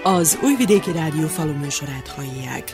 Az Újvidéki Rádió faluműsorát hallják.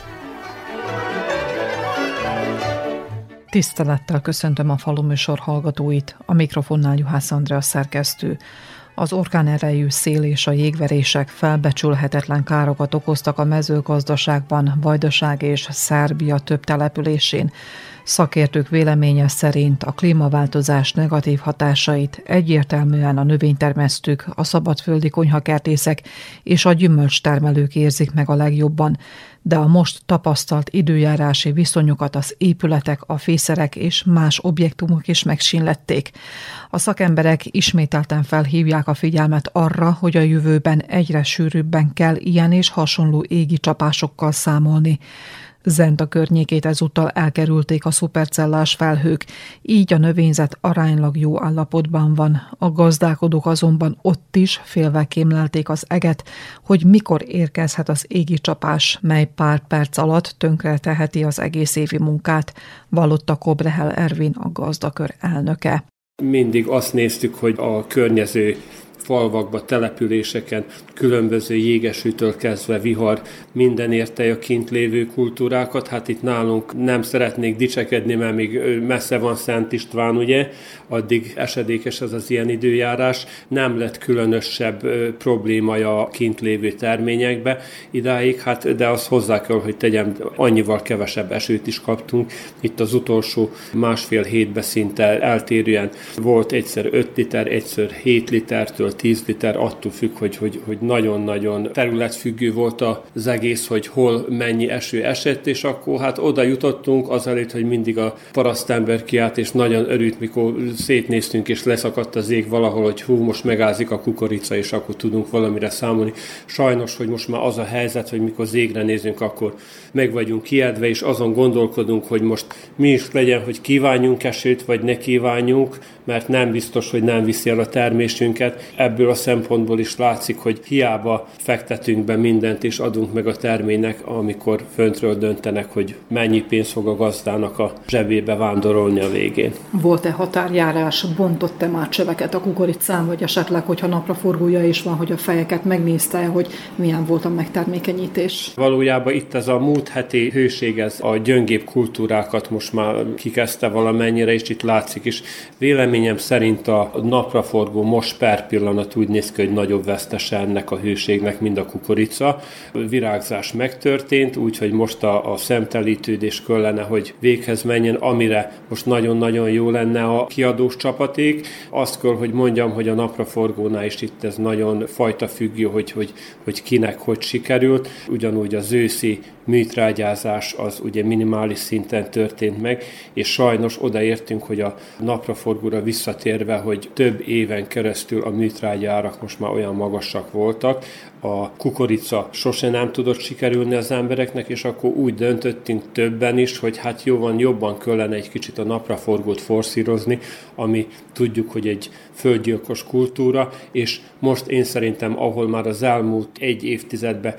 Tisztelettel köszöntöm a faluműsor hallgatóit, a mikrofonnál Juhász Andrea szerkesztő. Az orkánerejű szél és a jégverések felbecsülhetetlen károkat okoztak a mezőgazdaságban, Vajdaság és Szerbia több településén. Szakértők véleménye szerint a klímaváltozás negatív hatásait egyértelműen a növénytermesztők, a szabadföldi konyhakertészek és a gyümölcstermelők érzik meg a legjobban, de a most tapasztalt időjárási viszonyokat az épületek, a fészerek és más objektumok is megsínlették. A szakemberek ismételten felhívják a figyelmet arra, hogy a jövőben egyre sűrűbben kell ilyen és hasonló égi csapásokkal számolni. Zenta környékét ezúttal elkerülték a szupercellás felhők, így a növényzet aránylag jó állapotban van. A gazdálkodók azonban ott is félve kémlelték az eget, hogy mikor érkezhet az égi csapás, mely pár perc alatt tönkreteheti az egész évi munkát, vallotta Kobrehel Ervin, a gazdakör elnöke. Mindig azt néztük, hogy a környező falvakba, településeken, különböző jégesűtől kezdve vihar, minden érte a kint lévő kultúrákat. Hát itt nálunk nem szeretnék dicsekedni, mert még messze van Szent István, ugye, addig esedékes ez az ilyen időjárás. Nem lett különösebb problémája a kint lévő terményekbe idáig, hát, de azt hozzá kell, hogy tegyem, annyival kevesebb esőt is kaptunk. Itt az utolsó másfél hétben szinte eltérően volt egyszer 5 liter, egyszer 7 litertől 10 liter, attól függ, hogy nagyon-nagyon területfüggő volt az egész, hogy hol mennyi eső esett, és akkor hát oda jutottunk azelőtt, hogy mindig a parasztember kiállt, és nagyon örült, mikor szétnéztünk, és leszakadt az ég valahol, hogy hú, most megázik a kukorica, és akkor tudunk valamire számolni. Sajnos, hogy most már az a helyzet, hogy mikor az égre nézünk, akkor meg vagyunk ijedve, és azon gondolkodunk, hogy most mi is legyen, hogy kívánjunk esőt, vagy ne kívánjunk, mert nem biztos, hogy nem viszi el a termésünket. Ebből a szempontból is látszik, hogy hiába fektetünk be mindent és adunk meg a terménynek, amikor föntről döntenek, hogy mennyi pénz fog a gazdának a zsebébe vándorolni a végén. Volt-e határjárás, bontott-e már csöveket a kukoricán, vagy esetleg, hogyha napraforgója is van, hogy a fejeket megnézte, hogy milyen volt a megtermékenyítés? Valójában itt ez a múlt heti hőség, ez a gyöngébb kultúrákat most már kikezdte valamennyire, és itt látszik is. Véleményem szerint a napraforgó most per pillanat úgy néz ki, hogy nagyobb vesztese ennek a hőségnek, mint a kukorica. Virágzás megtörtént, úgyhogy most a szemtelítődés kellene, hogy véghez menjen, amire most nagyon-nagyon jó lenne a kiadós csapaték. Azt kell, hogy mondjam, hogy a napraforgónál is itt ez nagyon fajta függő, hogy kinek hogy sikerült. Ugyanúgy az őszi műtrágyázás az ugye minimális szinten történt meg, és sajnos odaértünk, hogy a napraforgóra visszatérve, hogy több éven keresztül a műtrágyárak most már olyan magasak voltak, a kukorica sose nem tudott sikerülni az embereknek, és akkor úgy döntöttünk többen is, hogy hát jó van, jobban kellene egy kicsit a napraforgót forszírozni, ami tudjuk, hogy egy földgyilkos kultúra, és most én szerintem, ahol már az elmúlt egy évtizedben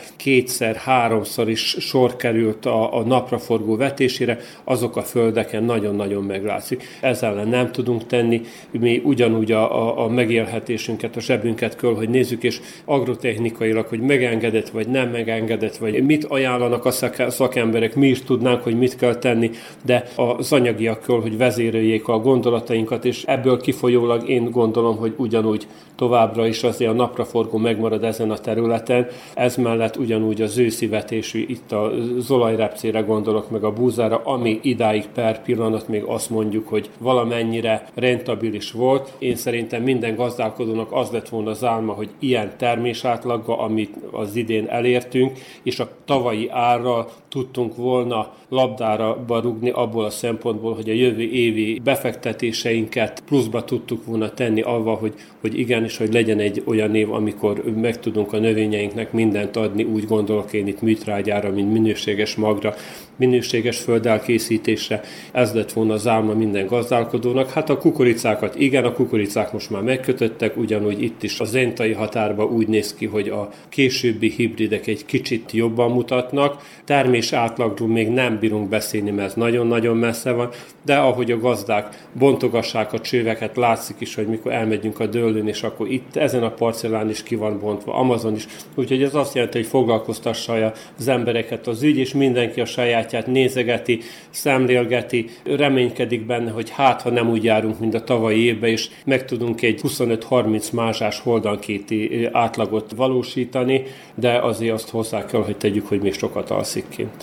2-3-szor is sor került a napraforgó vetésére, azok a földeken nagyon-nagyon meglátszik. Ezzel ellen nem tudunk tenni, mi ugyanúgy a megélhetésünket, a zsebünket kell, hogy nézzük, és agrotechnikailag, hogy megengedett, vagy nem megengedett, vagy mit ajánlanak a szakemberek, mi is tudnánk, hogy mit kell tenni, de az anyagiak kell, hogy vezéreljék a gondolatainkat, és ebből kifolyólag én gondolom, hogy ugyanúgy továbbra is azért a napraforgó megmarad ezen a területen. Ez mellett ugyanúgy az őszi vetésű, itt az olajrepcére gondolok, meg a búzára, ami idáig per pillanat még azt mondjuk, hogy valamennyire rentabilis volt. Én szerintem minden gazdálkodónak az lett volna az álma, hogy ilyen termésátlaggal, amit az idén elértünk, és a tavalyi árral tudtunk volna labdára rúgni abból a szempontból, hogy a jövő évi befektetéseinket pluszba tudtuk volna tenni avval, hogy igenis, hogy legyen egy olyan év, amikor meg tudunk a növényeinknek mindent adni, úgy gondolok én itt műtrágyára, mint minőséges magra, minőséges földelkészítésre. Ez lett volna az álma minden gazdálkodónak. Hát a kukoricákat igen, a kukoricák most már megkötöttek, ugyanúgy itt is a zentai határban úgy néz ki, hogy a későbbi hibridek egy kicsit jobban mutatnak. Termés átlagról még nem bírunk beszélni, mert ez nagyon-nagyon messze van, de ahogy a gazdák bontogassák a csöveket, látszik is, hogy mikor elmegyünk a dőlőn, és akkor itt ezen a parcellán is ki van bontva, Amazon is. Úgyhogy ez azt jelenti, hogy foglalkoztassa az embereket az ügy, és mindenki a sajátját nézegeti, szemlélgeti, reménykedik benne, hogy hát, ha nem úgy járunk, mint a tavalyi évben, és meg tudunk egy 25-30 mázsás holdankéti átlagot valósítani, de azért azt hozzá kell, hogy tegyük, hogy még sokat alszik kint.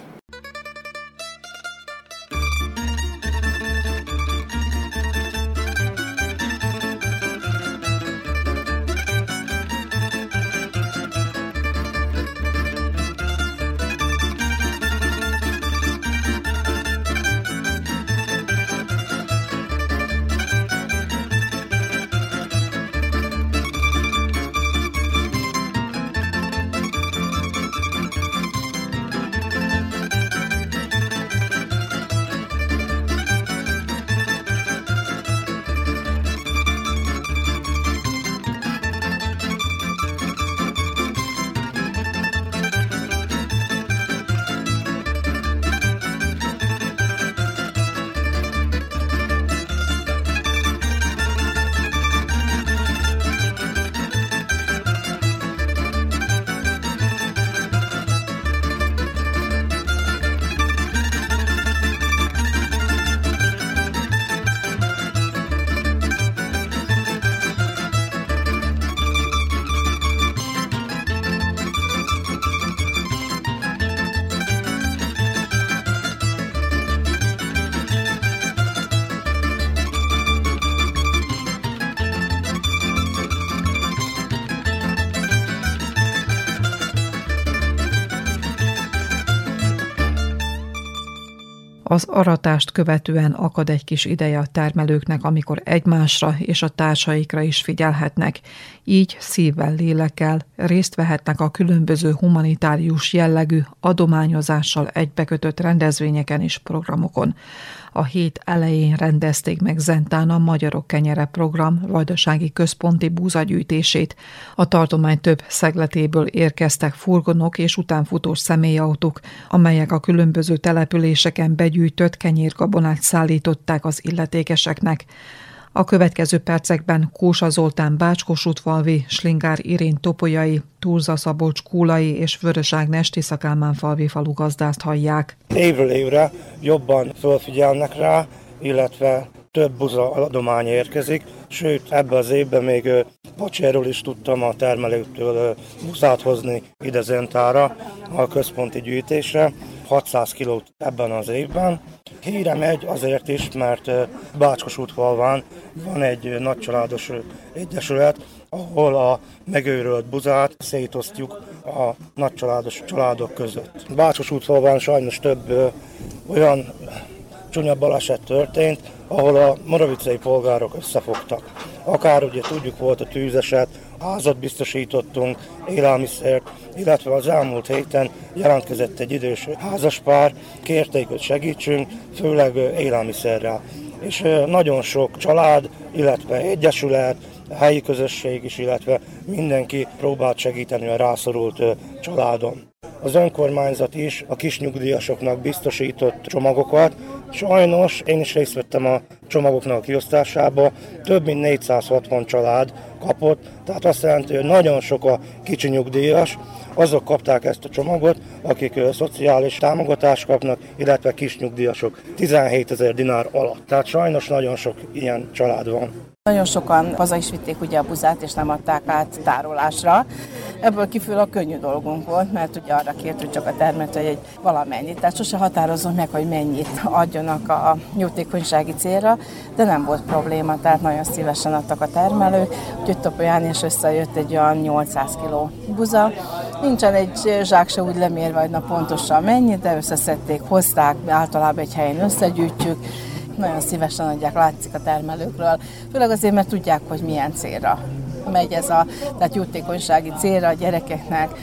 Az aratást követően akad egy kis ideje a termelőknek, amikor egymásra és a társaikra is figyelhetnek. Így szívvel, lélekkel részt vehetnek a különböző humanitárius jellegű adományozással egybekötött rendezvényeken és programokon. A hét elején rendezték meg Zentán a Magyarok Kenyere program vajdasági központi búzagyűjtését. A tartomány több szegletéből érkeztek furgonok és utánfutós személyautók, amelyek a különböző településeken begyűjtött kenyérgabonát szállították az illetékeseknek. A következő percekben Kósa Zoltán Bács-Kossuthfalvi, Slingár Irén Topolyai, Turza Szabolcs Kúlai és Vöröság-Nest Tiszakálmánfalvi falugazdást hallják. Évről évre jobban felfigyelnek rá, illetve több buza adomány érkezik, sőt ebben az évben még Pacséről is tudtam a termelőktől buzát hozni ide Zentára a központi gyűjtésre, 600 kilót ebben az évben. Híre megy azért is, mert Bács-Kossuthfalván van egy nagycsaládos egyesület, ahol a megőrölt buzát szétosztjuk a nagycsaládos családok között. Bács-Kossuthfalván sajnos több olyan csúnya baleset történt, ahol a moravicei polgárok összefogtak. Akár ugye tudjuk, volt a tűzeset, házat biztosítottunk, élelmiszert, illetve az elmúlt héten jelentkezett egy idős házaspár, kérték, hogy segítsünk, főleg élelmiszerrel. És nagyon sok család, illetve egyesület, helyi közösség is, illetve mindenki próbált segíteni a rászorult családon. Az önkormányzat is a kisnyugdíjasoknak biztosított csomagokat. Sajnos én is részt vettem a csomagoknak a kiosztásába, több mint 460 család kapott, tehát azt jelenti, hogy nagyon sok a kicsi nyugdíjas, azok kapták ezt a csomagot, akik szociális támogatást kapnak, illetve kisnyugdíjasok 17 000 dinár alatt. Tehát sajnos nagyon sok ilyen család van. Nagyon sokan haza is vitték ugye a buzát, és nem adták át tárolásra. Ebből kívül a könnyű dolgunk volt, mert ugye arra kértük csak a termelőt, hogy egy valamennyit. Tehát sose határozunk meg, hogy mennyit adjanak a jótékonysági célra, de nem volt probléma, tehát nagyon szívesen adtak a termelők. Úgyhogy Topolyán is összejött egy olyan 800 kg buza. Nincsen egy zsák se úgy lemérve, hogy pontosan mennyit, de összeszedték, hozták, általában egy helyen összegyűjtjük. Nagyon szívesen adják, látszik a termelőkről, főleg azért, mert tudják, hogy milyen célra megy ez tehát jótékonysági célra a gyerekeknek,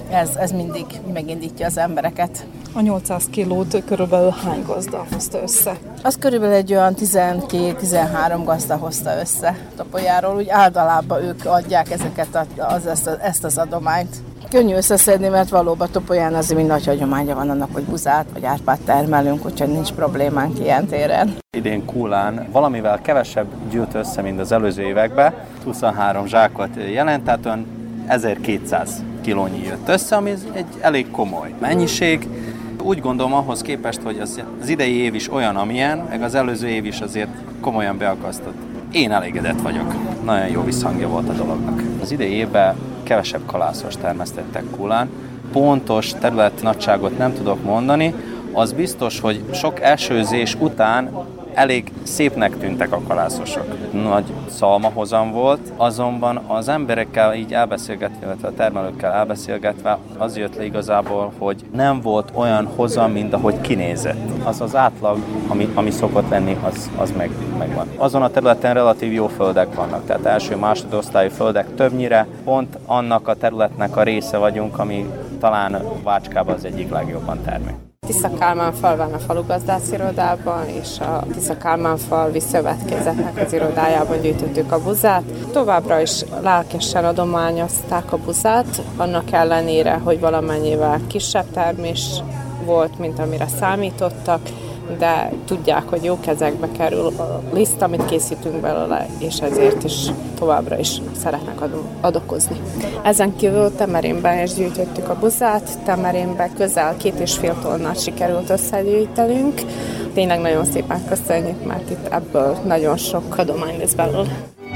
ez mindig megindítja az embereket. A 800 kilót körülbelül hány gazda hozta össze? Az körülbelül egy olyan 12-13 gazda hozta össze Topolyáról, úgy általában ők adják ezt az adományt. Könnyű összeszedni, mert valóban Topolyán azért mind nagy hagyománya van annak, hogy buzát vagy árpát termelünk, úgyhogy nincs problémánk ilyen téren. Idén Kulán valamivel kevesebb gyűlt össze, mint az előző években. 23 zsákot jelent, tehát olyan 1200 kilónyi jött össze, ami egy elég komoly mennyiség. Úgy gondolom ahhoz képest, hogy az idei év is olyan, amilyen, meg az előző év is azért komolyan beakasztott. Én elégedett vagyok. Nagyon jó visszhangja volt a dolognak. Az idei évben kevesebb kalászos termesztettek Kulán. Pontos területnagyságot nem tudok mondani. Az biztos, hogy sok esőzés után elég szépnek tűntek a kalászosok. Nagy szalmahozam volt, azonban az emberekkel így elbeszélgetve, illetve a termelőkkel elbeszélgetve az jött le igazából, hogy nem volt olyan hozam, mint ahogy kinézett. Az átlag, ami szokott lenni, az megvan. Azon a területen relatív jó földek vannak, tehát első-másodosztályú földek többnyire pont annak a területnek a része vagyunk, ami talán Bácskában az egyik legjobban termel. Tisza-Kálmán-fal van a falugazdász irodában, és a Tisza-Kálmán-falvi szövetkezetnek az irodájában gyűjtöttük a buzát. Továbbra is lelkesen adományozták a buzát, annak ellenére, hogy valamennyivel kisebb termés volt, mint amire számítottak, de tudják, hogy jó kezekbe kerül a liszt, amit készítünk belőle, és ezért is továbbra is szeretnek adokozni. Ezen kívül Temerénben is gyűjtöttük a buzát, Temerénben közel 2,5 tonnát sikerült összegyűjtenünk. Tényleg nagyon szépen köszönjük, mert itt ebből nagyon sok adomány lesz belőle.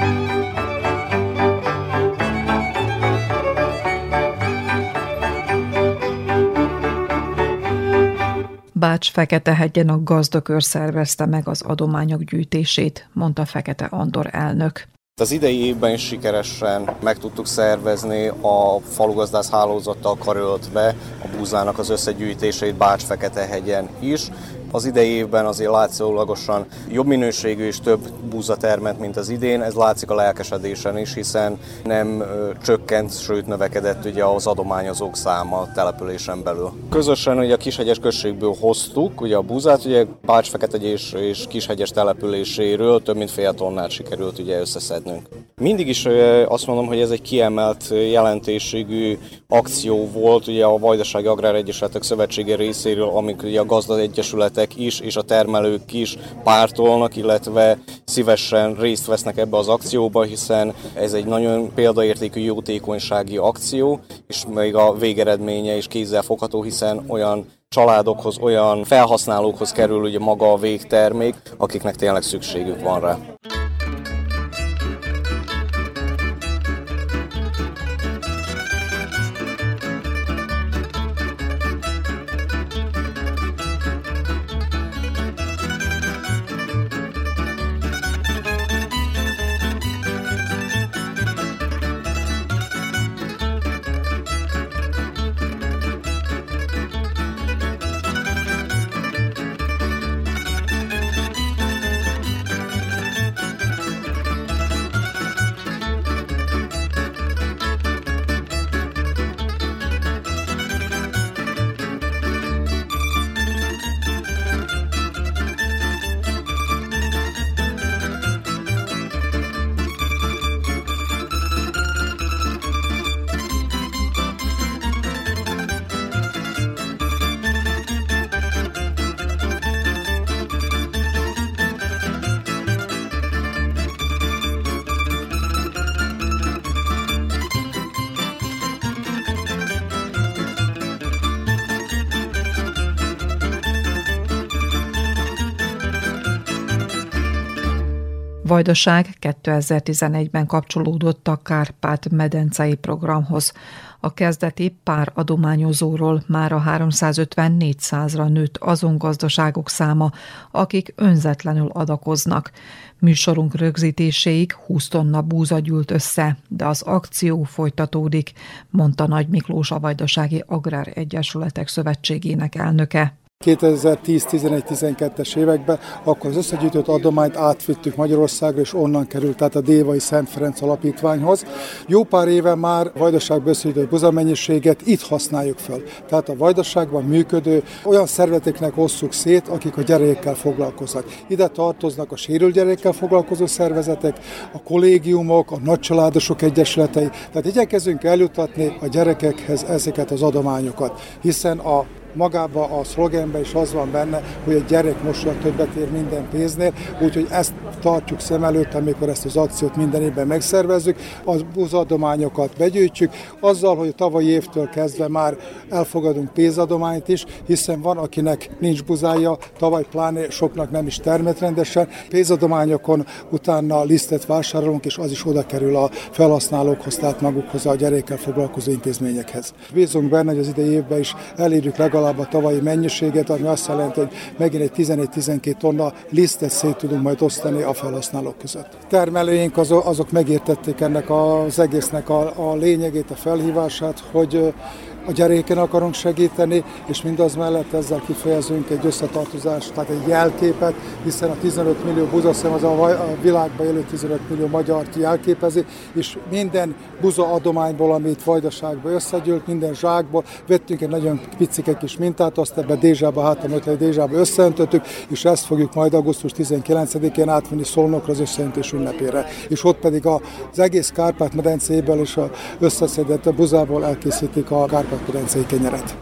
Bács-Feketehegyen a gazdakör szervezte meg az adományok gyűjtését, mondta Fekete Andor elnök. Az idei évben is sikeresen meg tudtuk szervezni a falugazdász hálózattal karöltve a búzának az összegyűjtését Bács-Feketehegyen is. Az idei évben azért látszólagosan jobb minőségű és több búza termett, mint az idén. Ez látszik a lelkesedésen is, hiszen nem csökkent, sőt növekedett ugye az adományozók száma a településen belül. Közösen ugye a Kishegyes községből hoztuk ugye a búzát, ugye Bács-Feketegy és Kishegyes településéről több mint fél tonnát sikerült ugye összeszednünk. Mindig is azt mondom, hogy ez egy kiemelt jelentőségű akció volt ugye a Vajdasági Agrár Egyesületek Szövetsége részéről, amik ugye a gazdaegyesületek is és a termelők is pártolnak, illetve szívesen részt vesznek ebbe az akcióba, hiszen ez egy nagyon példaértékű jótékonysági akció, és még a végeredménye is kézzelfogható, hiszen olyan családokhoz, olyan felhasználókhoz kerül ugye maga a végtermék, akiknek tényleg szükségük van rá. Vajdaság 2011-ben kapcsolódott a Kárpát-medencei programhoz. A kezdeti pár adományozóról már a 350-400-ra nőtt azon gazdaságok száma, akik önzetlenül adakoznak. Műsorunk rögzítéséig 20 tonna búza gyűlt össze, de az akció folytatódik, mondta Nagy Miklós, a Vajdasági Agrár Egyesületek Szövetségének elnöke. 2010-11-12-es években, akkor az összegyűjtött adományt átvittük Magyarországra, és onnan került, tehát a Dévai Szent Ferenc Alapítványhoz. Jó pár éve már Vajdaságban összegyűjtött buzamennyiséget itt használjuk fel. Tehát a Vajdaságban működő olyan szervezeteknek osszuk szét, akik a gyerekekkel foglalkoznak. Ide tartoznak a sérült gyerekekkel foglalkozó szervezetek, a kollégiumok, a nagycsaládosok egyesületei. Tehát igyekezünk eljutatni a gyerekekhez ezeket az adományokat, hiszen magában a szlogenben is az van benne, hogy egy gyerek mosolyog többet ér minden pénznél, úgyhogy ezt tartjuk szem előtt, amikor ezt az akciót minden évben megszervezzük, a buzadományokat begyűjtjük, azzal, hogy a tavalyi évtől kezdve már elfogadunk pénzadományt is, hiszen van, akinek nincs buzája, tavaly pláne soknak nem is termett rendesen. Pénzadományokon utána lisztet vásárolunk, és az is oda kerül a felhasználókhoz, tehát magukhoz, a gyerekekkel foglalkozó intézményekhez. Bízunk benne, hogy az idei évben is elérjük legalább a tavalyi mennyiséget, ami azt jelenti, hogy megint egy 11-12 tonna lisztet szét tudunk majd osztani a felhasználók között. Termelőink azok megértették ennek az egésznek a lényegét, a felhívását, hogy a gyerekeken akarunk segíteni, és mindaz mellett ezzel kifejezünk egy összetartozást, tehát egy jelképet, hiszen a 15 millió buzaszem az a világban élő 15 millió magyart jelképezi, és minden buza adományból, amit Vajdaságban összegyűlt, minden zsákból vettünk egy nagyon picike kis mintát, azt ebbe Dézsába, Dézsába összeöntöttük, és ezt fogjuk majd augusztus 19-én átvenni Szolnokra az összeöntés ünnepére. És ott pedig az egész Kárpát-medencéből és az összeszedett buzából elkészítik a kárpát-medencei kenyeret.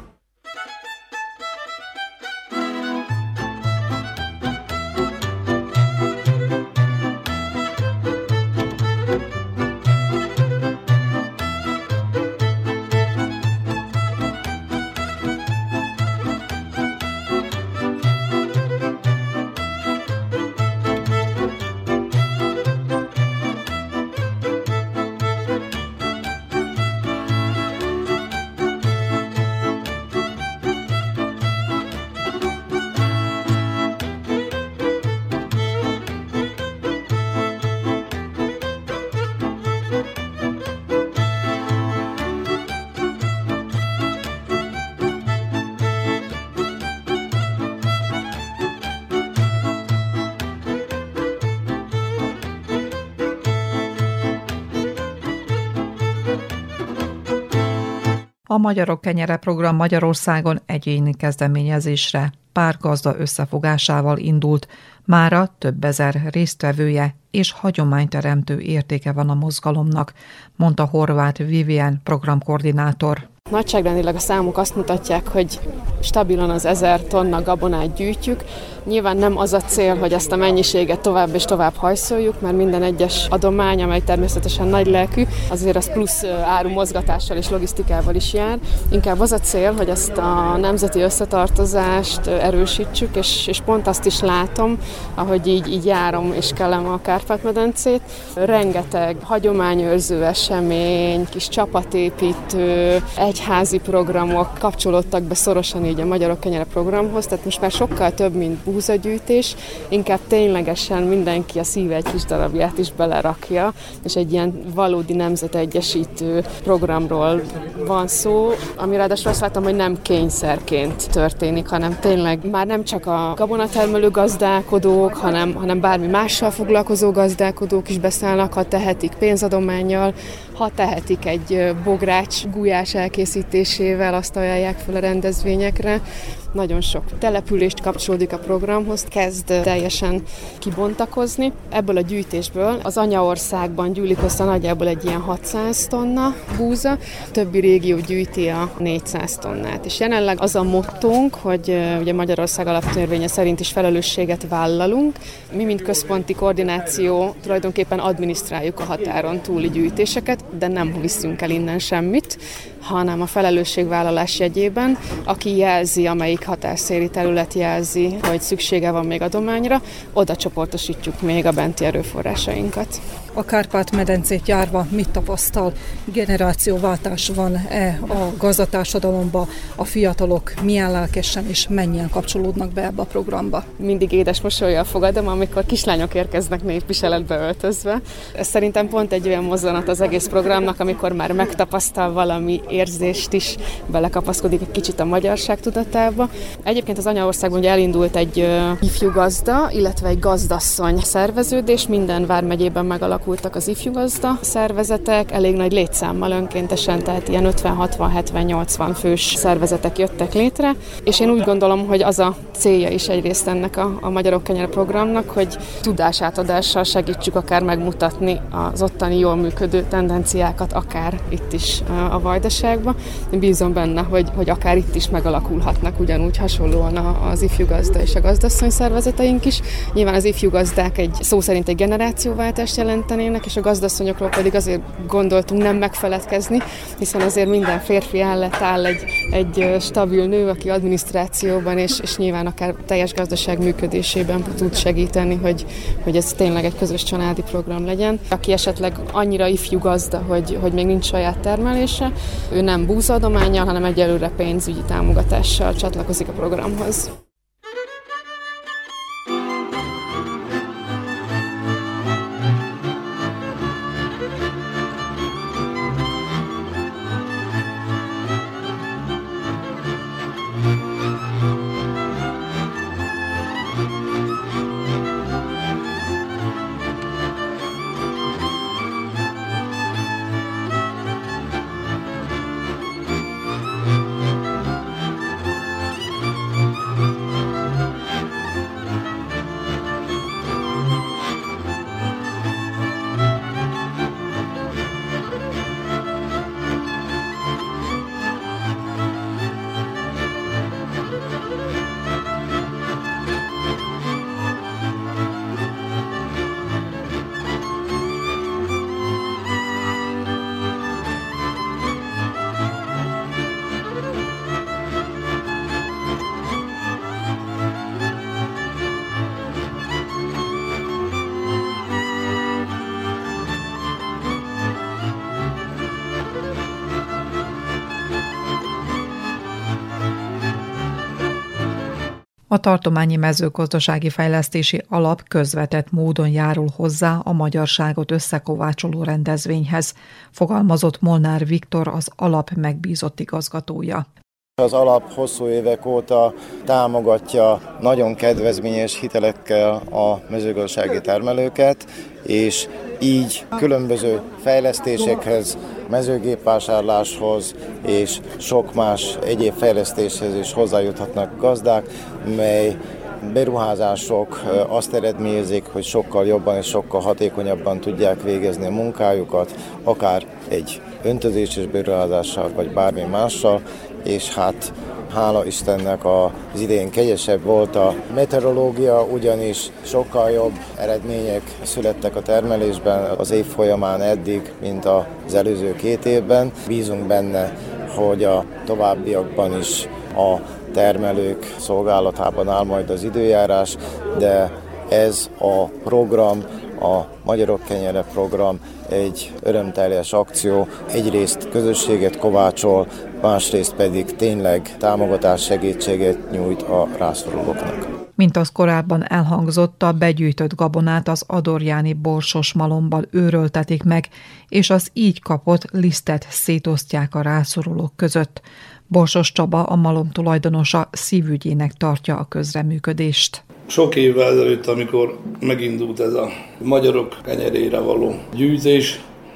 A Magyarok Kenyere program Magyarországon egyéni kezdeményezésre, pár gazda összefogásával indult, mára több ezer résztvevője és hagyományteremtő értéke van a mozgalomnak, mondta Horváth Vivien programkoordinátor. Nagyságrendileg a számok azt mutatják, hogy stabilan az 1000 tonna gabonát gyűjtjük. Nyilván nem az a cél, hogy ezt a mennyiséget tovább és tovább hajszoljuk, mert minden egyes adomány, amely természetesen nagy lelkű, azért az plusz áru mozgatással és logisztikával is jár. Inkább az a cél, hogy ezt a nemzeti összetartozást erősítsük, és pont azt is látom, ahogy így járom és kellem a Kárpát-medencét. Rengeteg hagyományőrző esemény, kis csapatépítő, egyházi programok kapcsolódtak be szorosan így a Magyarok Kenyere programhoz, tehát most már sokkal több, mint búzagyűjtés, inkább ténylegesen mindenki a szíve egy kis darabját is belerakja, és egy ilyen valódi nemzetegyesítő programról van szó, ami ráadásul azt látom, hogy nem kényszerként történik, hanem tényleg már nem csak a gabonatermelő gazdálkodók, hanem bármi mással foglalkozó gazdálkodók is beszállnak, ha tehetik pénzadománnyal, ha tehetik egy bogrács gulyás elkészítésével, azt ajánlják fel a rendezvényekre. Nagyon sok települést kapcsolódik a programhoz, kezd teljesen kibontakozni. Ebből a gyűjtésből az anyaországban gyűlik össze nagyjából egy ilyen 600 tonna búza, többi régió gyűjti a 400 tonnát. És jelenleg az a mottónk, hogy ugye Magyarország alaptörvénye szerint is felelősséget vállalunk. Mi, mint központi koordináció tulajdonképpen adminisztráljuk a határon túli gyűjtéseket, de nem viszünk el innen semmit, hanem a felelősségvállalás jegyében, aki jelzi, amelyik határszéli terület jelzi, hogy szüksége van még adományra, oda csoportosítjuk még a benti erőforrásainkat. A Kárpát-medencét járva mit tapasztal? Generációváltás van-e a gazdatársadalomba? A fiatalok milyen lelkesen és mennyien kapcsolódnak be ebbe a programba? Mindig édes mosollyal fogadom, amikor kislányok érkeznek népviseletbe öltözve. Ez szerintem pont egy olyan mozzanat az egész programnak, amikor már megtapasztal valami érzést is, belekapaszkodik egy kicsit a magyarság tudatába. Egyébként az anyaországban ugye elindult egy ifjú gazda, illetve egy gazdasszony szerveződés. Minden vármegyében megalakultak az ifjú gazda szervezetek, elég nagy létszámmal önkéntesen, tehát ilyen 50-60-70-80 fős szervezetek jöttek létre, és én úgy gondolom, hogy az a célja is egyrészt ennek a Magyarok Kenyere programnak, hogy tudásátadással segítsük akár megmutatni az ottani jól működő tendenciákat, akár itt is a Vajdaságban. Én bízom benne, hogy akár itt is megalakulhatnak ugyanúgy hasonlóan az ifjú gazda és a gazdasszony szervezeteink is. Nyilván az ifjú gazdák szó szerint egy generációváltást jelentenének, és a gazdasszonyokról pedig azért gondoltunk nem megfeledkezni, hiszen azért minden férfi áll egy stabil nő, aki adminisztrációban és nyilván akár teljes gazdaság működésében tud segíteni, hogy ez tényleg egy közös családi program legyen. Aki esetleg annyira ifjú gazda, hogy még nincs saját termelése, ő nem búzaadománnyal, hanem egyelőre pénzügyi támogatással csatlakozik a programhoz. A Tartományi Mezőgazdasági Fejlesztési Alap közvetett módon járul hozzá a magyarságot összekovácsoló rendezvényhez, fogalmazott Molnár Viktor, az alap megbízott igazgatója. Az alap hosszú évek óta támogatja nagyon kedvezményes hitelekkel a mezőgazdasági termelőket, és így különböző fejlesztésekhez, mezőgépvásárláshoz és sok más egyéb fejlesztéshez is hozzájuthatnak gazdák, mely beruházások azt eredményezik, hogy sokkal jobban és sokkal hatékonyabban tudják végezni a munkájukat, akár egy öntözéses beruházással, vagy bármi mással, és hát hála Istennek az idén kegyesebb volt a meteorológia, ugyanis sokkal jobb eredmények születtek a termelésben az év folyamán eddig, mint az előző 2 évben. Bízunk benne, hogy a továbbiakban is a termelők szolgálatában áll majd az időjárás, de ez a program, a Magyarok Kenyere program egy örömteljes akció, egyrészt közösséget kovácsol, másrészt pedig tényleg támogatás, segítséget nyújt a rászorulóknak. Mint az korábban elhangzott, a begyűjtött gabonát az adorjáni borsos malomban őröltetik meg, és az így kapott lisztet szétosztják a rászorulók között. Borsos Csaba, a malom tulajdonosa, szívügyének tartja a közreműködést. Sok évvel ezelőtt, amikor megindult ez a magyarok kenyerére való gyűjtés,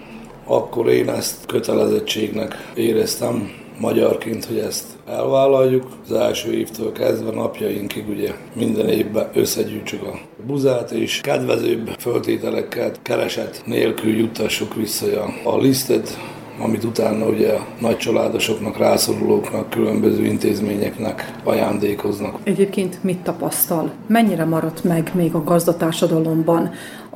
akkor én ezt kötelezettségnek éreztem magyarként, hogy ezt elvállaljuk. Az első évtől kezdve napjainkig ugye minden évben összegyűjtsük a buzát, és kedvezőbb föltételekkel, kereset nélkül juttassuk vissza a lisztet, amit utána ugye a nagycsaládosoknak, rászorulóknak, különböző intézményeknek ajándékoznak. Egyébként mit tapasztal? Mennyire maradt meg még a gazdatársadalomban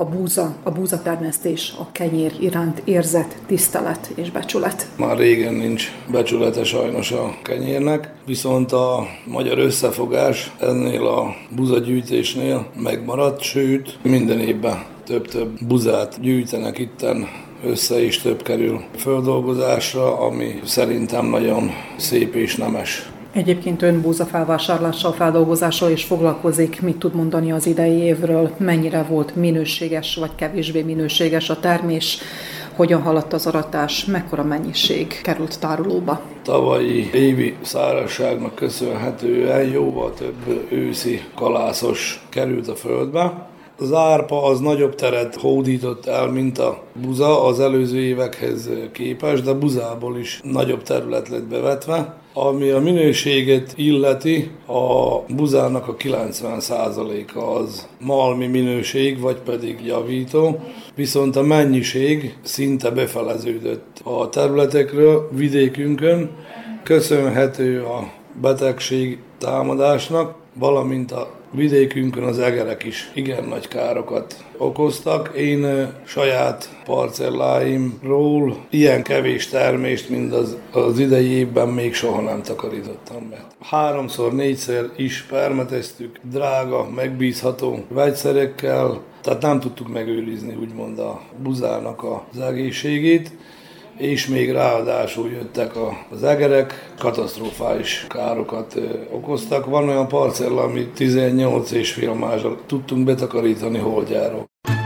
a búzatermesztés, a kenyér iránt érzett tisztelet és becsület? Már régen nincs becsülete sajnos a kenyérnek, viszont a magyar összefogás ennél a buzagyűjtésnél megmaradt, sőt minden évben több-több buzát gyűjtenek itten össze, és több kerül földolgozásra, ami szerintem nagyon szép és nemes. Egyébként ön búzafelvásárlással, feldolgozással is foglalkozik. Mit tud mondani az idei évről? Mennyire volt minőséges vagy kevésbé minőséges a termés? Hogyan haladt az aratás? Mekkora mennyiség került tárolóba? Tavalyi évi szárazságnak köszönhetően jóval több őszi kalászos került a földbe. Az árpa az nagyobb teret hódított el, mint a buza az előző évekhez képest, de buzából is nagyobb terület lett bevetve. Ami a minőséget illeti, a buzának a 90%-a az malmi minőség, vagy pedig javító, viszont a mennyiség szinte befeleződött a területekről, vidékünkön, köszönhető a betegség támadásnak, valamint a vidékünkön az egerek is igen nagy károkat okoztak. Én saját parcelláimról ilyen kevés termést, mint az idei évben még soha nem takarítottam be. 3-4-szer is permeteztük drága, megbízható vegyszerekkel, tehát nem tudtuk megőrizni úgymond a buzának az egészségét, és még ráadásul jöttek az egerek, katasztrofális károkat okoztak. Van olyan parcella, amit 18,5 mázsal tudtunk betakarítani holdjáról.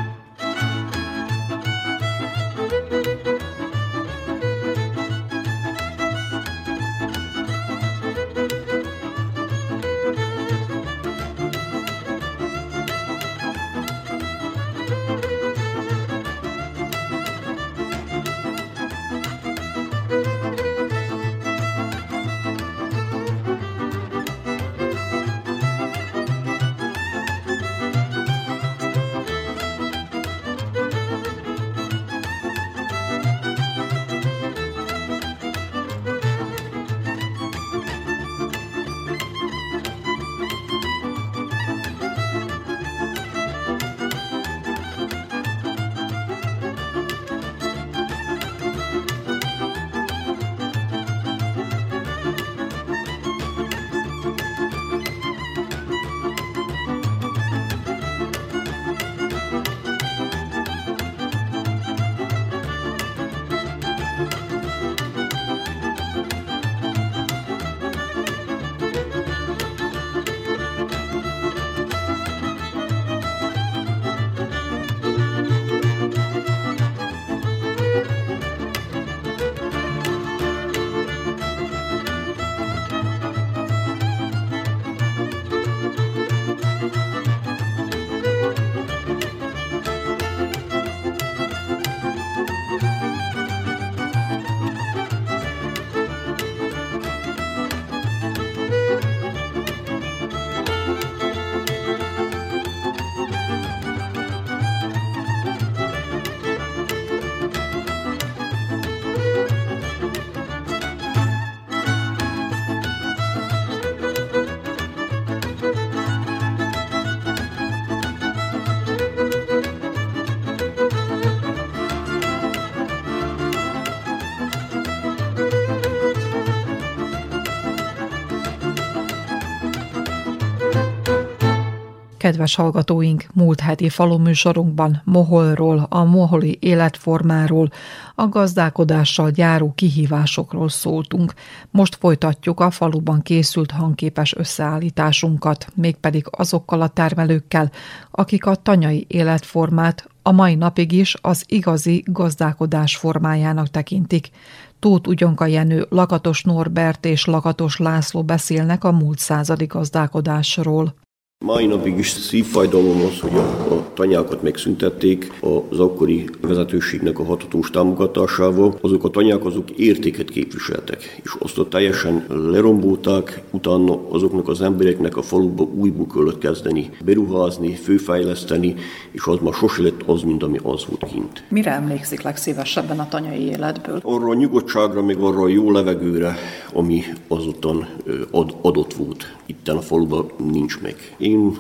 Kedves hallgatóink, múlt heti faluműsorunkban Moholról, a moholi életformáról, a gazdálkodással járó kihívásokról szóltunk. Most folytatjuk a faluban készült hangképes összeállításunkat, mégpedig azokkal a termelőkkel, akik a tanyai életformát a mai napig is az igazi gazdálkodás formájának tekintik. Tóth Ugyonka Jenő, Lakatos Norbert és Lakatos László beszélnek a múlt századi gazdálkodásról. Mai napig is szívfájdalom az, hogy a tanyákat megszüntették az akkori vezetőségnek a hathatós támogatásával. Azok a tanyák azok értéket képviseltek, és azt teljesen lerombolták, utána azoknak az embereknek a faluba újból kellett kezdeni, beruházni, főfejleszteni, és az már sose lett az, mint ami az volt kint. Mire emlékszik legszívesebben a tanyai életből? Arra a nyugodtságra, meg arra a jó levegőre, ami azután adott volt. Itten a faluban nincs meg. Én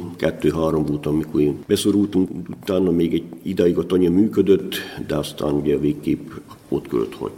22-3 voltam, amikor én beszorultunk, utána még egy ideig a tanya működött, de aztán ugye végképp ott kellett hagyni.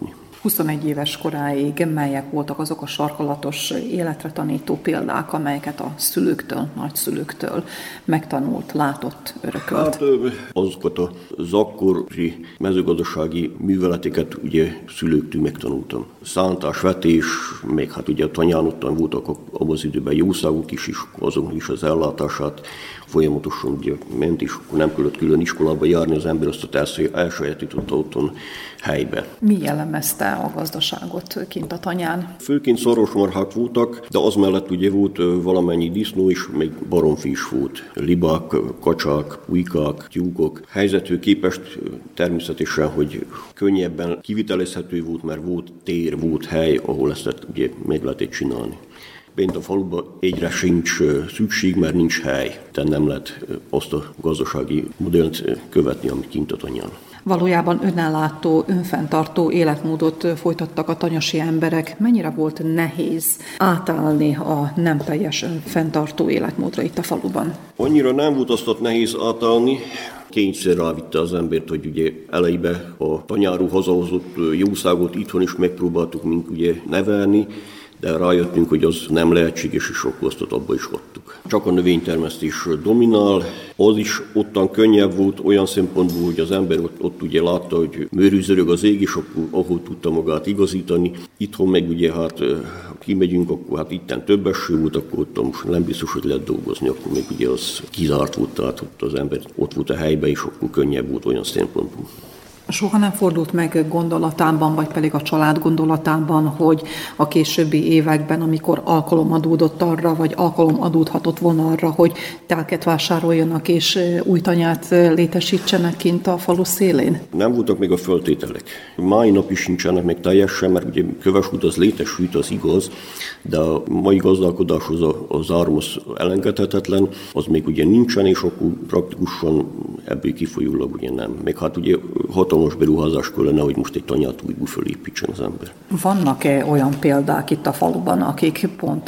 21 éves koráig melyek voltak azok a sarkalatos életre tanító példák, amelyeket a szülőktől, nagyszülőktől megtanult, látott, örökölt? Hát azokat az akkori mezőgazdasági műveleteket ugye szülőktől megtanultam. Szántás, vetés, még hát ugye a tanyán ottan voltak abban az időben jószágok is, azon is az ellátását folyamatosan ugye ment, és akkor nem kellett külön iskolába járni, az ember azt elsajátította otthon helybe. Mi jellemezte a gazdaságot kint a tanyán? Főként szarvasmarhák voltak, de az mellett ugye volt valamennyi disznó is, még baromfi is volt. Libák, kacsák, pulykák, tyúkok. Helyzetű képest természetesen, hogy könnyebben kivitelezhető volt, mert volt tér, volt hely, ahol ezt ugye meg lehetett csinálni. Bent a faluban egyre sincs szükség, mert nincs hely, tehát nem lehet azt a gazdasági modellt követni, amit kint a tanyán. Valójában önellátó, önfenntartó életmódot folytattak a tanyasi emberek. Mennyire volt nehéz átállni a nem teljes önfenntartó életmódra itt a faluban? Annyira nem volt azt nehéz átállni. Kényszer rávitte az embert, hogy ugye elejében a tanyáról hazahozott jószágot itthon is megpróbáltuk mink ugye nevelni, de rájöttünk, hogy az nem lehetséges, és akkor azt abba is hagytuk. Csak a növénytermesztés dominál, az is ottan könnyebb volt olyan szempontból, hogy az ember ott ugye látta, hogy mőrűzörög az ég, és akkor ahol tudta magát igazítani. Itthon meg ugye hát kimegyünk, akkor hát itten több eső volt, akkor ott most nem biztos, hogy lehet dolgozni, akkor még ugye az kizárt volt, tehát ott az ember ott volt a helyben, és akkor könnyebb volt olyan szempontból. Soha nem fordult meg gondolatában, vagy pedig a család gondolatában, hogy a későbbi években, amikor alkalom adódott arra, vagy alkalom adódhatott volna arra, hogy telket vásároljanak és új tanyát létesítsenek kint a falu szélén? Nem voltak még a föltételek. Mai nap is nincsenek meg teljesen, mert ugye kövesút az létesült, az igaz, de a mai gazdálkodáshoz az áram az elengedhetetlen, az még ugye nincsen, és akkor praktikusan ebből kifolyólag ugye nem. Meg hát ugye hatalmas beruházás kellene, hogy most egy tanyát újból fölépítsen az ember. Vannak-e olyan példák itt a faluban, akik pont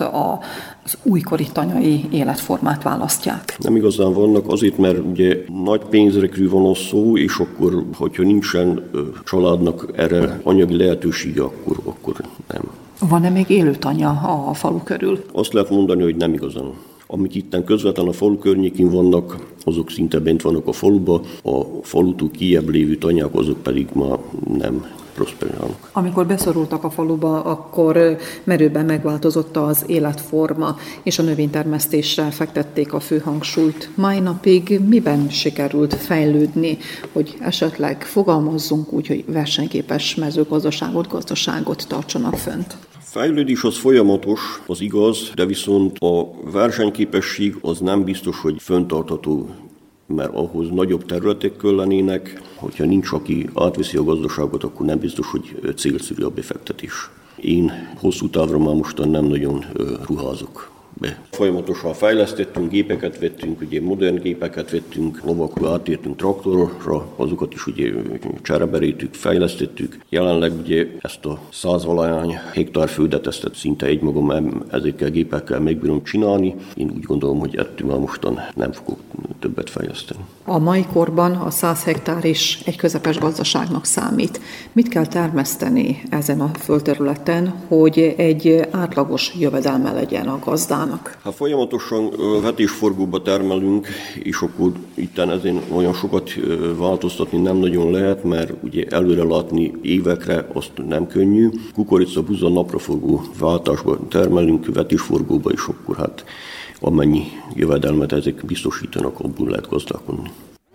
az újkori tanyai életformát választják? Nem igazán vannak, azért, mert ugye nagy pénzekről van az szó, és akkor, hogyha nincsen családnak erre anyagi lehetősége, akkor nem. Van-e még élő tanya a falu körül? Azt lehet mondani, hogy nem igazán. Amik itten közvetlen a falu környékén vannak, azok szinte bent vannak a faluba, a falutól kijebb lévő tanyák, azok pedig már nem prosperálnak. Amikor beszorultak a faluba, akkor merőben megváltozott az életforma, és a növénytermesztésre fektették a fő hangsúlyt. Mai napig miben sikerült fejlődni, hogy esetleg fogalmazzunk úgy, hogy versenyképes mezőgazdaságot, gazdaságot tartsanak fönt? Fejlődés az folyamatos, az igaz, de viszont a versenyképesség az nem biztos, hogy fenntartható, mert ahhoz nagyobb területek kellenének, hogyha nincs, aki átveszi a gazdaságot, akkor nem biztos, hogy célszerű a befektetés. Én hosszú távra már mostan nem nagyon ruházok be. Folyamatosan fejlesztettünk, gépeket vettünk, ugye modern gépeket vettünk, lovakról átértünk traktorra, azokat is ugye csereberétük, fejlesztettük. Jelenleg ugye ezt a 100-valahány hektár földet, ezt szinte egymagam ezekkel gépekkel megbírom csinálni. Én úgy gondolom, hogy ettől már mostan nem fogok többet fejleszteni. A mai korban a 100 hektár is egy közepes gazdaságnak számít. Mit kell termeszteni ezen a földterületen, hogy egy átlagos jövedelme legyen a gazdának? Hát folyamatosan vetésforgóba termelünk, és akkor itten ezen olyan sokat változtatni nem nagyon lehet, mert ugye előre látni évekre azt nem könnyű. Kukorica, buza, napraforgó váltásba termelünk, vetésforgóba, és akkor hát amennyi jövedelmet ezek biztosítanak, abból lehet gazdálkodni.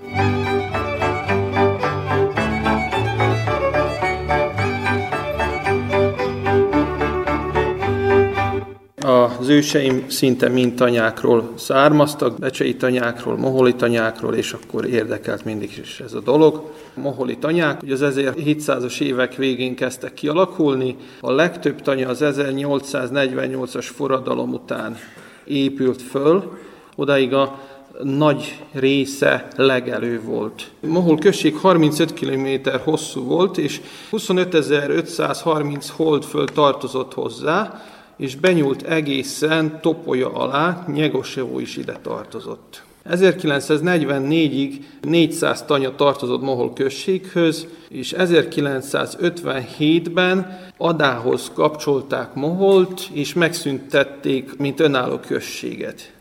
Az őseim szinte mind tanyákról származtak, becsei tanyákról, moholi tanyákról, és akkor érdekelt mindig is ez a dolog. A moholi tanyák ugye az 1700-as évek végén kezdtek kialakulni, a legtöbb tanya az 1848-as forradalom után épült föl, odáig a nagy része legelő volt. Mohol község 35 km hosszú volt, és 25.530 holdföld tartozott hozzá, és benyúlt egészen Topolya alá, Nyegosevó is ide tartozott. 1944-ig 400 tanya tartozott Mohol községhöz, és 1957-ben Adához kapcsolták Moholt, és megszüntették, mint önálló községet.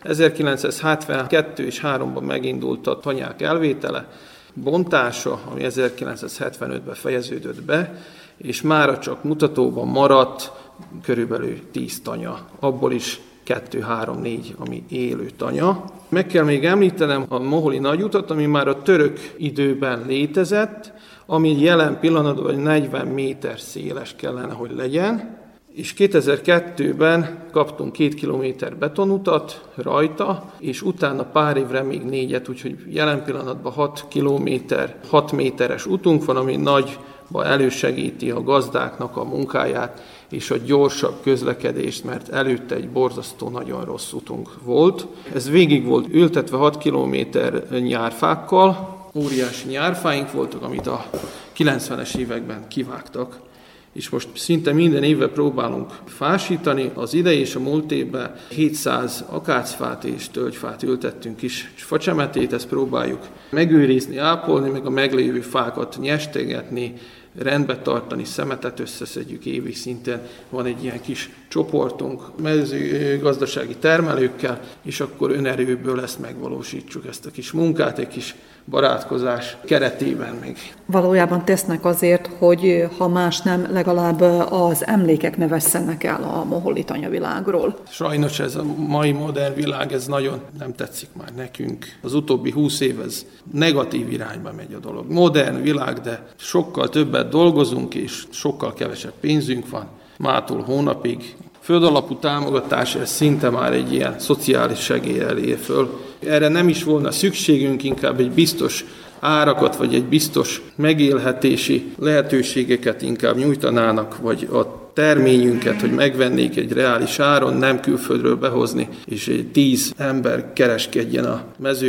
1972 és 3-ban megindult a tanyák elvétele, bontása, ami 1975-ben fejeződött be, és mára csak mutatóban maradt körülbelül 10 tanya. Abból is 2-3-4, ami élő tanya. Meg kell még említenem a moholi nagyutat, ami már a török időben létezett, ami jelen pillanatban 40 méter széles kellene, hogy legyen, és 2002-ben kaptunk 2 kilométer betonutat rajta, és utána pár évre még 4-et, úgyhogy jelen pillanatban 6 kilométer, 6 méteres utunk van, ami nagyban elősegíti a gazdáknak a munkáját és a gyorsabb közlekedést, mert előtte egy borzasztó nagyon rossz utunk volt. Ez végig volt ültetve 6 kilométer nyárfákkal, óriási nyárfáink voltak, amit a 90-es években kivágtak, és most szinte minden évben próbálunk fásítani. Az idei és a múlt évben 700 akácfát és tölgyfát ültettünk is, és facsemetét, ezt próbáljuk megőrizni, ápolni, meg a meglévő fákat nyestegetni, rendbe tartani, szemetet összeszedjük évi szinten. Van egy ilyen kis csoportunk mezőgazdasági termelőkkel, és akkor önerőből ezt megvalósítsuk, ezt a kis munkát, egy kis barátkozás keretében még. Valójában tesznek azért, hogy ha más nem, legalább az emlékek ne vesszenek el a moholi tanyavilágról. Sajnos ez a mai modern világ, ez nagyon nem tetszik már nekünk. Az utóbbi 20 év ez negatív irányba megy a dolog. Modern világ, de sokkal többet dolgozunk, és sokkal kevesebb pénzünk van, mától hónapig. Földalapú támogatás, ez szinte már egy ilyen szociális segéllyel ér föl. Erre nem is volna szükségünk, inkább egy biztos árakat, vagy egy biztos megélhetési lehetőségeket inkább nyújtanának, vagy a terményünket, hogy megvennék egy reális áron, nem külföldről behozni, és egy 10 ember kereskedjen a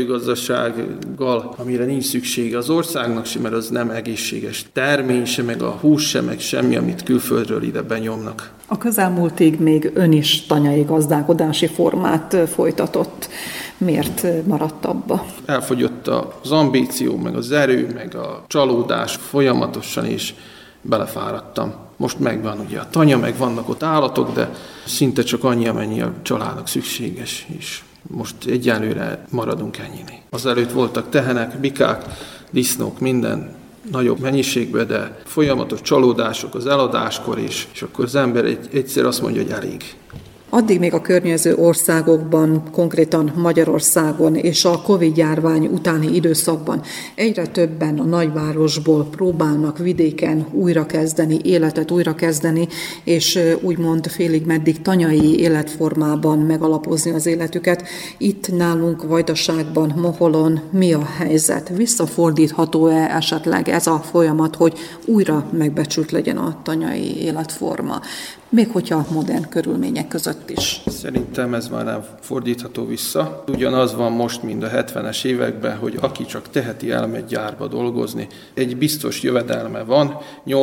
mezőgazdasággal, amire nincs szüksége az országnak sem, mert az nem egészséges termény sem, meg a hús sem, meg semmi, amit külföldről ide benyomnak. A közelmúltig még ön is tanyai gazdálkodási formát folytatott. Miért maradt abba? Elfogyott az ambíció, meg az erő, meg a csalódás folyamatosan, és belefáradtam. Most megvan ugye a tanya, meg vannak ott állatok, de szinte csak annyi, amennyi a családnak szükséges, és most egyenlőre maradunk ennyinél. Azelőtt voltak tehenek, bikák, disznók, minden nagyobb mennyiségben, de folyamatos csalódások az eladáskor is, és akkor az ember egyszer azt mondja, hogy elég. Addig még a környező országokban, konkrétan Magyarországon és a Covid-járvány utáni időszakban egyre többen a nagyvárosból próbálnak vidéken újrakezdeni, életet újrakezdeni, és úgymond félig meddig tanyai életformában megalapozni az életüket. Itt nálunk Vajdaságban, Moholon mi a helyzet? Visszafordítható-e esetleg ez a folyamat, hogy újra megbecsült legyen a tanyai életforma? Még hogyha modern körülmények között is. Szerintem ez már nem fordítható vissza. Ugyanaz van most, mint a 70-es években, hogy aki csak teheti, elmegy gyárba dolgozni. Egy biztos jövedelme van,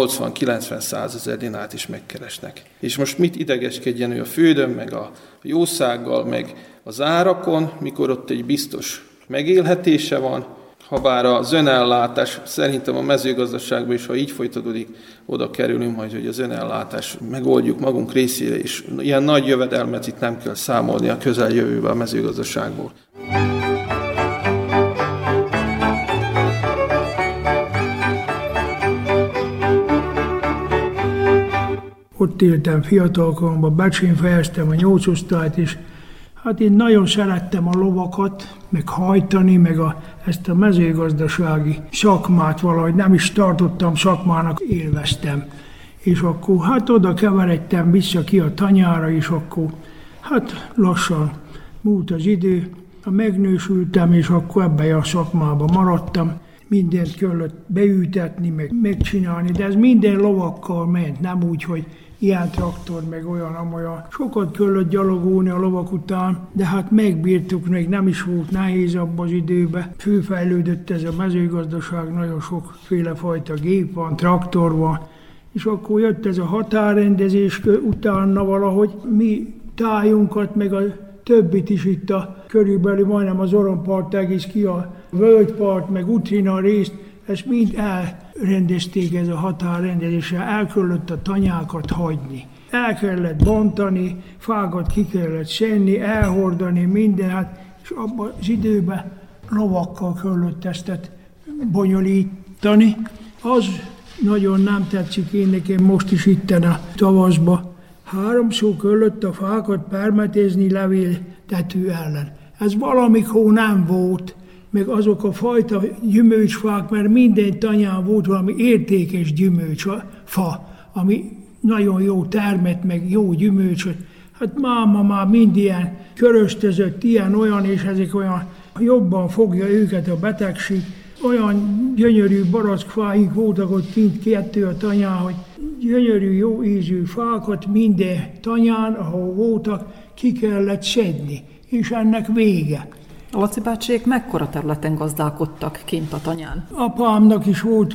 80-90-100 ezer dinárt is megkeresnek. És most mit idegeskedjen ő a földön, meg a jószággal, meg az árakon, mikor ott egy biztos megélhetése van. Habár az önellátás szerintem a mezőgazdaságban is, ha így folytatódik, oda kerülünk majd, hogy az önellátás megoldjuk magunk részére, és ilyen nagy jövedelmet itt nem kell számolni a közeljövőben a mezőgazdaságból. Ott éltem fiatalkoromban, Becsén fejeztem a 8 osztályt, és hát én nagyon szerettem a lovakat, meg hajtani, meg ezt a mezőgazdasági szakmát valahogy nem is tartottam szakmának, élveztem. És akkor hát oda keveredtem vissza ki a tanyára, és akkor hát lassan múlt az idő, megnősültem, és akkor ebben a szakmában maradtam. Mindent kellett beültetni, meg megcsinálni, de ez minden lovakkal ment, nem úgy, hogy ilyen traktor, meg olyan. Sokat kellett gyalogolni a lovak után, de hát megbírtuk, még nem is volt nehéz abban az időben. Fölfejlődött ez a mezőgazdaság, nagyon sokféle fajta gép van, traktor van, és akkor jött ez a határrendezés utána valahogy mi tájunkat, meg a többit is itt körülbelül majdnem az Orompart egész ki a völgypart, meg Utrina részt, ezt mind elrendezték, ez a határrendezésre, el kellett a tanyákat hagyni. El kellett bontani, fákat ki kellett szedni, elhordani, minden, hát, és abban az időben lovakkal kellett ezt bonyolítani. Az nagyon nem tetszik én nekem most is itten a tavaszba. 3-szor kellett a fákat permetézni levéltető ellen. Ez valamikor nem volt, meg azok a fajta gyümölcsfák, mert minden tanyán volt valami értékes gyümölcsfa, ami nagyon jó termet, meg jó gyümölcsöt. Hát máma már mind ilyen köröztözött, ilyen-olyan, és ezek olyan jobban fogja őket a betegség. Olyan gyönyörű barackfáink voltak ott kint 2 a tanyán, hogy gyönyörű, jó ízű fákat minden tanyán, ahol voltak, ki kellett szedni, és ennek vége. A Laci bácsiék mekkora területen gazdálkodtak kint a tanyán? Apámnak is volt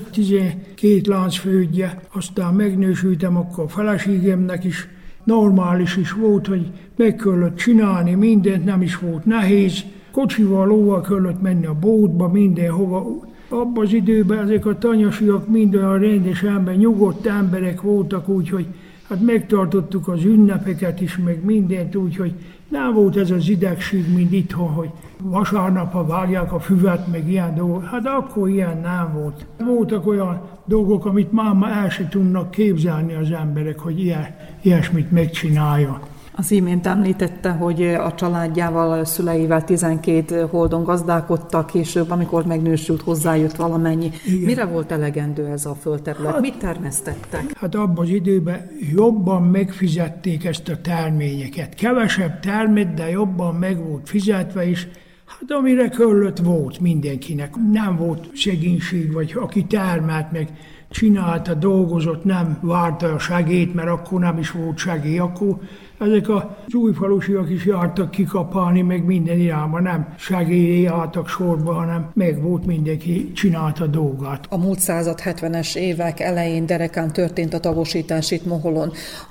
12 láncföldje, aztán megnősültem, akkor a feleségemnek is normális is volt, hogy meg kellett csinálni mindent, nem is volt nehéz. Kocsival, lóval kellett menni a bótba, mindenhova. Abban az időben ezek a tanyasiak mind olyan rendes ember, nyugodt emberek voltak, úgyhogy hát megtartottuk az ünnepeket is, meg mindent, úgyhogy nem volt ez az idegség, mint itthon, hogy vasárnap vágják a füvet, meg ilyen dolgok. Hát akkor ilyen nem volt. Voltak olyan dolgok, amit máma el se tudnak képzelni az emberek, hogy ilyesmit megcsinálja. Az imént említette, hogy a családjával, a szüleivel 12 holdon gazdálkodtak, később, amikor megnősült, hozzájött valamennyi. Igen. Mire volt elegendő ez a földterület? Hát, mit termesztettek? Hát abban az időben jobban megfizették ezt a terményeket. Kevesebb termét, de jobban meg volt fizetve is. Hát amire kellett volt mindenkinek. Nem volt szegénység, vagy aki termelt meg, csinálta, dolgozott, nem várta a segélyt, mert akkor nem is volt segély. Akkor ezek az újfalusiak is jártak kikapálni, meg minden irányba, nem segélyé álltak sorba, hanem meg volt, mindenki csinálta dolgát. A múlt század 70-es évek elején derekán történt a tagosítás itt Moholon.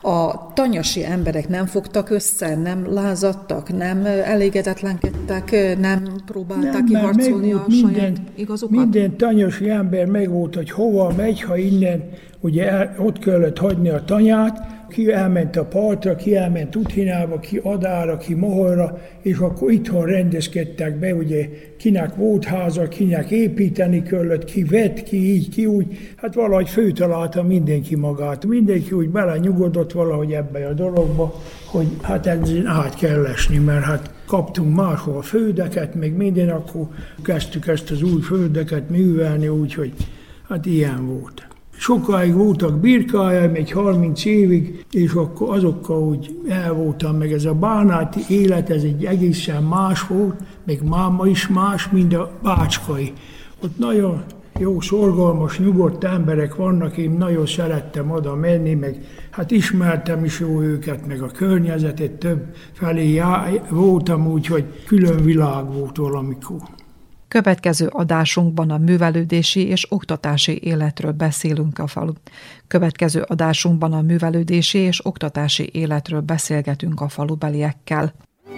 A tanyasi emberek nem fogtak össze, nem lázadtak, nem elégedetlenkedtek, nem próbálták kiharcolni a saját igazukat? Minden tanyasi ember megvolt, hogy hova megy, ha innen ugye ott kellett hagyni a tanyát, ki elment a partra, ki elment Uthinába, ki Adára, ki Mohorra, és akkor itthon rendezkedtek be, ugye kinek volt háza, kinek építeni kellett, ki vett, ki így, ki úgy, hát valahogy főtalálta mindenki magát. Mindenki úgy belenyugodott valahogy ebbe a dologba, hogy hát ezen át kell esni, mert hát kaptunk máshol földeket, meg minden, akkor kezdtük ezt az új földeket művelni, úgyhogy hát ilyen volt. Sokáig voltak birkája, még 30 évig, és akkor azokkal úgy el voltam, meg ez a bánáti élet, ez egy egészen más volt, meg máma is más, mint a bácskai. Ott nagyon jó, szorgalmas, nyugodt emberek vannak, én nagyon szerettem oda menni, meg hát ismertem is jó őket, meg a környezetet több felé voltam, úgyhogy külön világ volt valamikor. Következő adásunkban a művelődési és oktatási életről beszélünk a falu. Következő adásunkban a művelődési és oktatási életről beszélgetünk a falubeliekkel.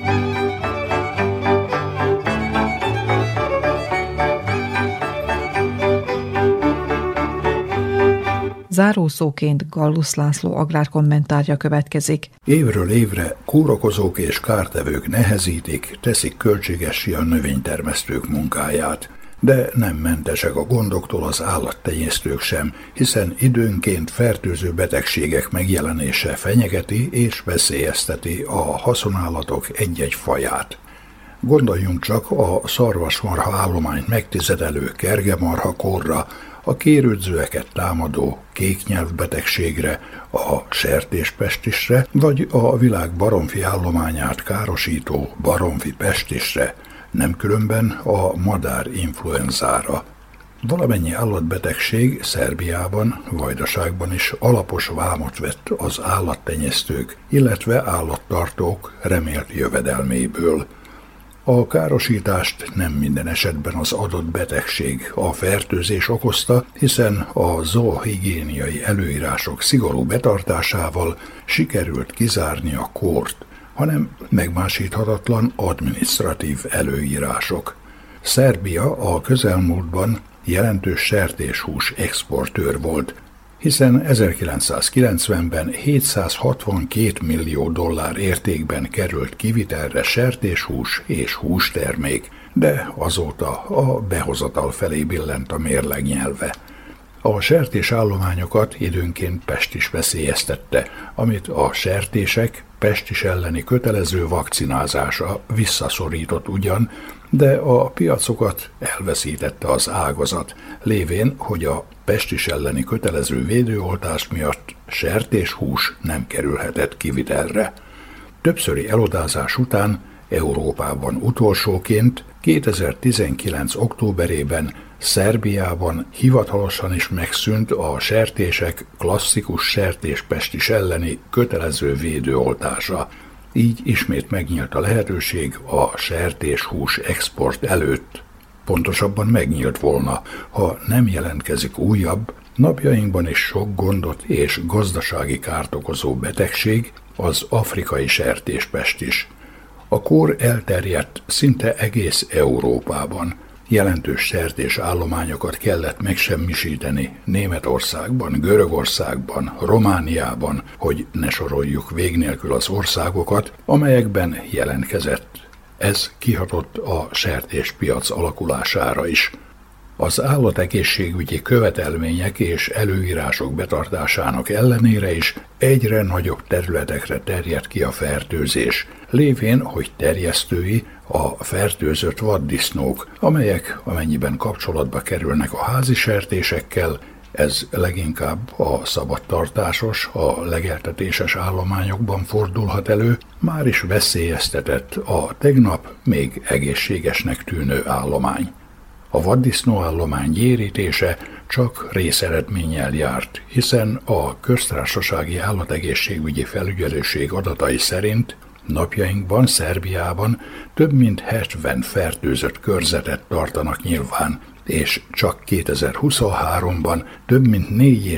Zárószóként Gallus László agrárkommentárja következik. Évről évre kórokozók és kártevők nehezítik, teszik költségessé a növénytermesztők munkáját. De nem mentesek a gondoktól az állattenyésztők sem, hiszen időnként fertőző betegségek megjelenése fenyegeti és veszélyezteti a haszonállatok egy-egy faját. Gondoljunk csak a szarvasmarha állományt megtizedelő kergemarha korra, a kérődzőeket támadó kéknyelvbetegségre, a sertéspestisre, vagy a világ baromfi állományát károsító baromfi pestisre, nem különben a madárinfluenzára. Valamennyi állatbetegség Szerbiában, Vajdaságban is alapos vámot vett az állattenyésztők, illetve állattartók remélt jövedelméből. A károsítást nem minden esetben az adott betegség, a fertőzés okozta, hiszen a zoohigiéniai előírások szigorú betartásával sikerült kizárni a kórt, hanem megmásíthatatlan adminisztratív előírások. Szerbia a közelmúltban jelentős sertéshús exportőr volt, hiszen 1990-ben $762 millió értékben került kivitelre sertéshús és hústermék, de azóta a behozatal felé billent a mérleg nyelve. A sertésállományokat időnként pest is veszélyeztette, amit a sertések pestis elleni kötelező vakcinázása visszaszorított ugyan, de a piacokat elveszítette az ágazat, lévén, hogy a pestis elleni kötelező védőoltás miatt sertéshús nem kerülhetett kivitelre. Többszöri elodázás után Európában utolsóként 2019. októberében Szerbiában hivatalosan is megszűnt a sertések klasszikus sertéspestis elleni kötelező védőoltása. Így ismét megnyílt a lehetőség a sertéshús export előtt. Pontosabban megnyílt volna, ha nem jelentkezik újabb, napjainkban is sok gondot és gazdasági kárt okozó betegség, az afrikai sertéspestis. A kór elterjedt szinte egész Európában. Jelentős sertésállományokat kellett megsemmisíteni Németországban, Görögországban, Romániában, hogy ne soroljuk vég nélkül az országokat, amelyekben jelentkezett. Ez kihatott a sertéspiac alakulására is. Az állategészségügyi követelmények és előírások betartásának ellenére is egyre nagyobb területekre terjed ki a fertőzés, lévén, hogy terjesztői a fertőzött vaddisznók, amelyek amennyiben kapcsolatba kerülnek a házi sertésekkel, ez leginkább a szabadtartásos, a legeltetéses állományokban fordulhat elő, már is veszélyeztetett a tegnap még egészségesnek tűnő állomány. A vaddisznóállomány gyérítése csak részeredménnyel járt, hiszen a Köztársasági Állategészségügyi Felügyelőség adatai szerint napjainkban Szerbiában több mint 70 fertőzött körzetet tartanak nyilván, és csak 2023-ban több mint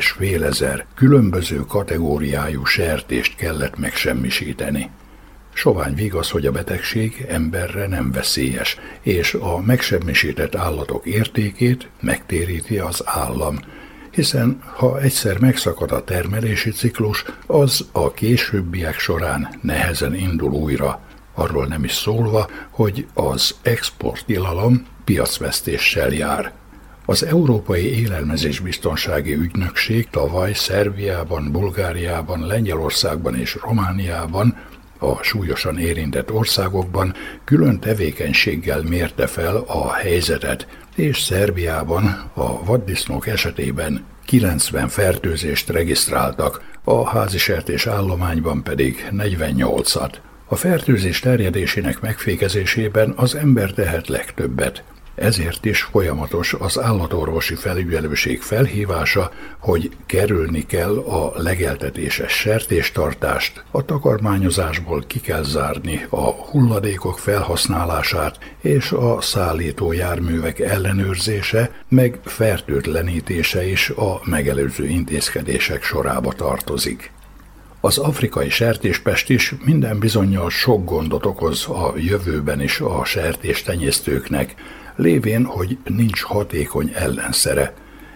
4500 különböző kategóriájú sertést kellett megsemmisíteni. Sovány vigaz, hogy a betegség emberre nem veszélyes, és a megsemmisített állatok értékét megtéríti az állam, hiszen ha egyszer megszakad a termelési ciklus, az a későbbiek során nehezen indul újra, arról nem is szólva, hogy az exporttilalom piacvesztéssel jár. Az Európai Élelmezésbiztonsági Ügynökség tavaly Szerbiában, Bulgáriában, Lengyelországban és Romániában, a súlyosan érintett országokban külön tevékenységgel mérte fel a helyzetet, és Szerbiában a vaddisznók esetében 90 fertőzést regisztráltak, a házisertés állományban pedig 48-at. A fertőzés terjedésének megfékezésében az ember tehet legtöbbet. Ezért is folyamatos az állatorvosi felügyelőség felhívása, hogy kerülni kell a legeltetéses sertéstartást, a takarmányozásból ki kell zárni a hulladékok felhasználását, és a szállító járművek ellenőrzése, meg fertőtlenítése is a megelőző intézkedések sorába tartozik. Az afrikai sertéspestis minden bizonnyal sok gondot okoz a jövőben is a sertéstenyésztőknek, lévén, hogy nincs hatékony ellenszere.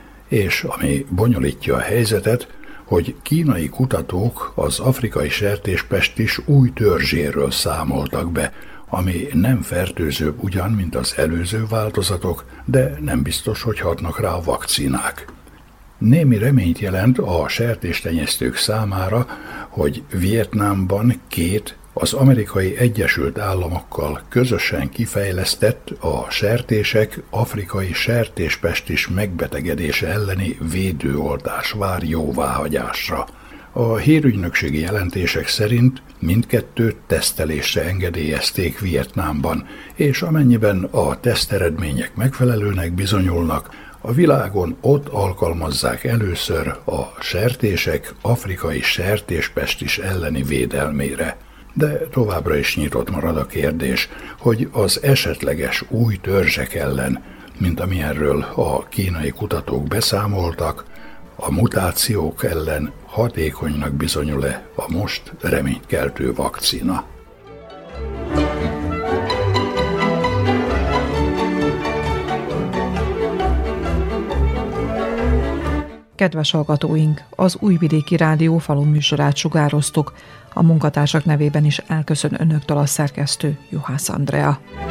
És ami bonyolítja a helyzetet, hogy kínai kutatók az afrikai sertéspestis új törzséről számoltak be, ami nem fertőzőbb ugyan, mint az előző változatok, de nem biztos, hogy hatnak rá a vakcinák. Némi reményt jelent a sertéstenyésztők számára, hogy Vietnámban 2 az Amerikai Egyesült Államokkal közösen kifejlesztett a sertések afrikai sertéspestis megbetegedése elleni védőoltás vár jóváhagyásra. A hírügynökségi jelentések szerint mindkettőt tesztelésre engedélyezték Vietnámban, és amennyiben a teszteredmények megfelelőnek bizonyulnak, a világon ott alkalmazzák először a sertések afrikai sertéspestis elleni védelmére. De továbbra is nyitott marad a kérdés, hogy az esetleges új törzsek ellen, mint amilyenről a kínai kutatók beszámoltak, a mutációk ellen hatékonynak bizonyul-e a most reménykeltő vakcina. Kedves hallgatóink, az Újvidéki Rádió faluműsorát sugároztuk. A munkatársak nevében is elköszön önöktől a szerkesztő, Juhász Andrea.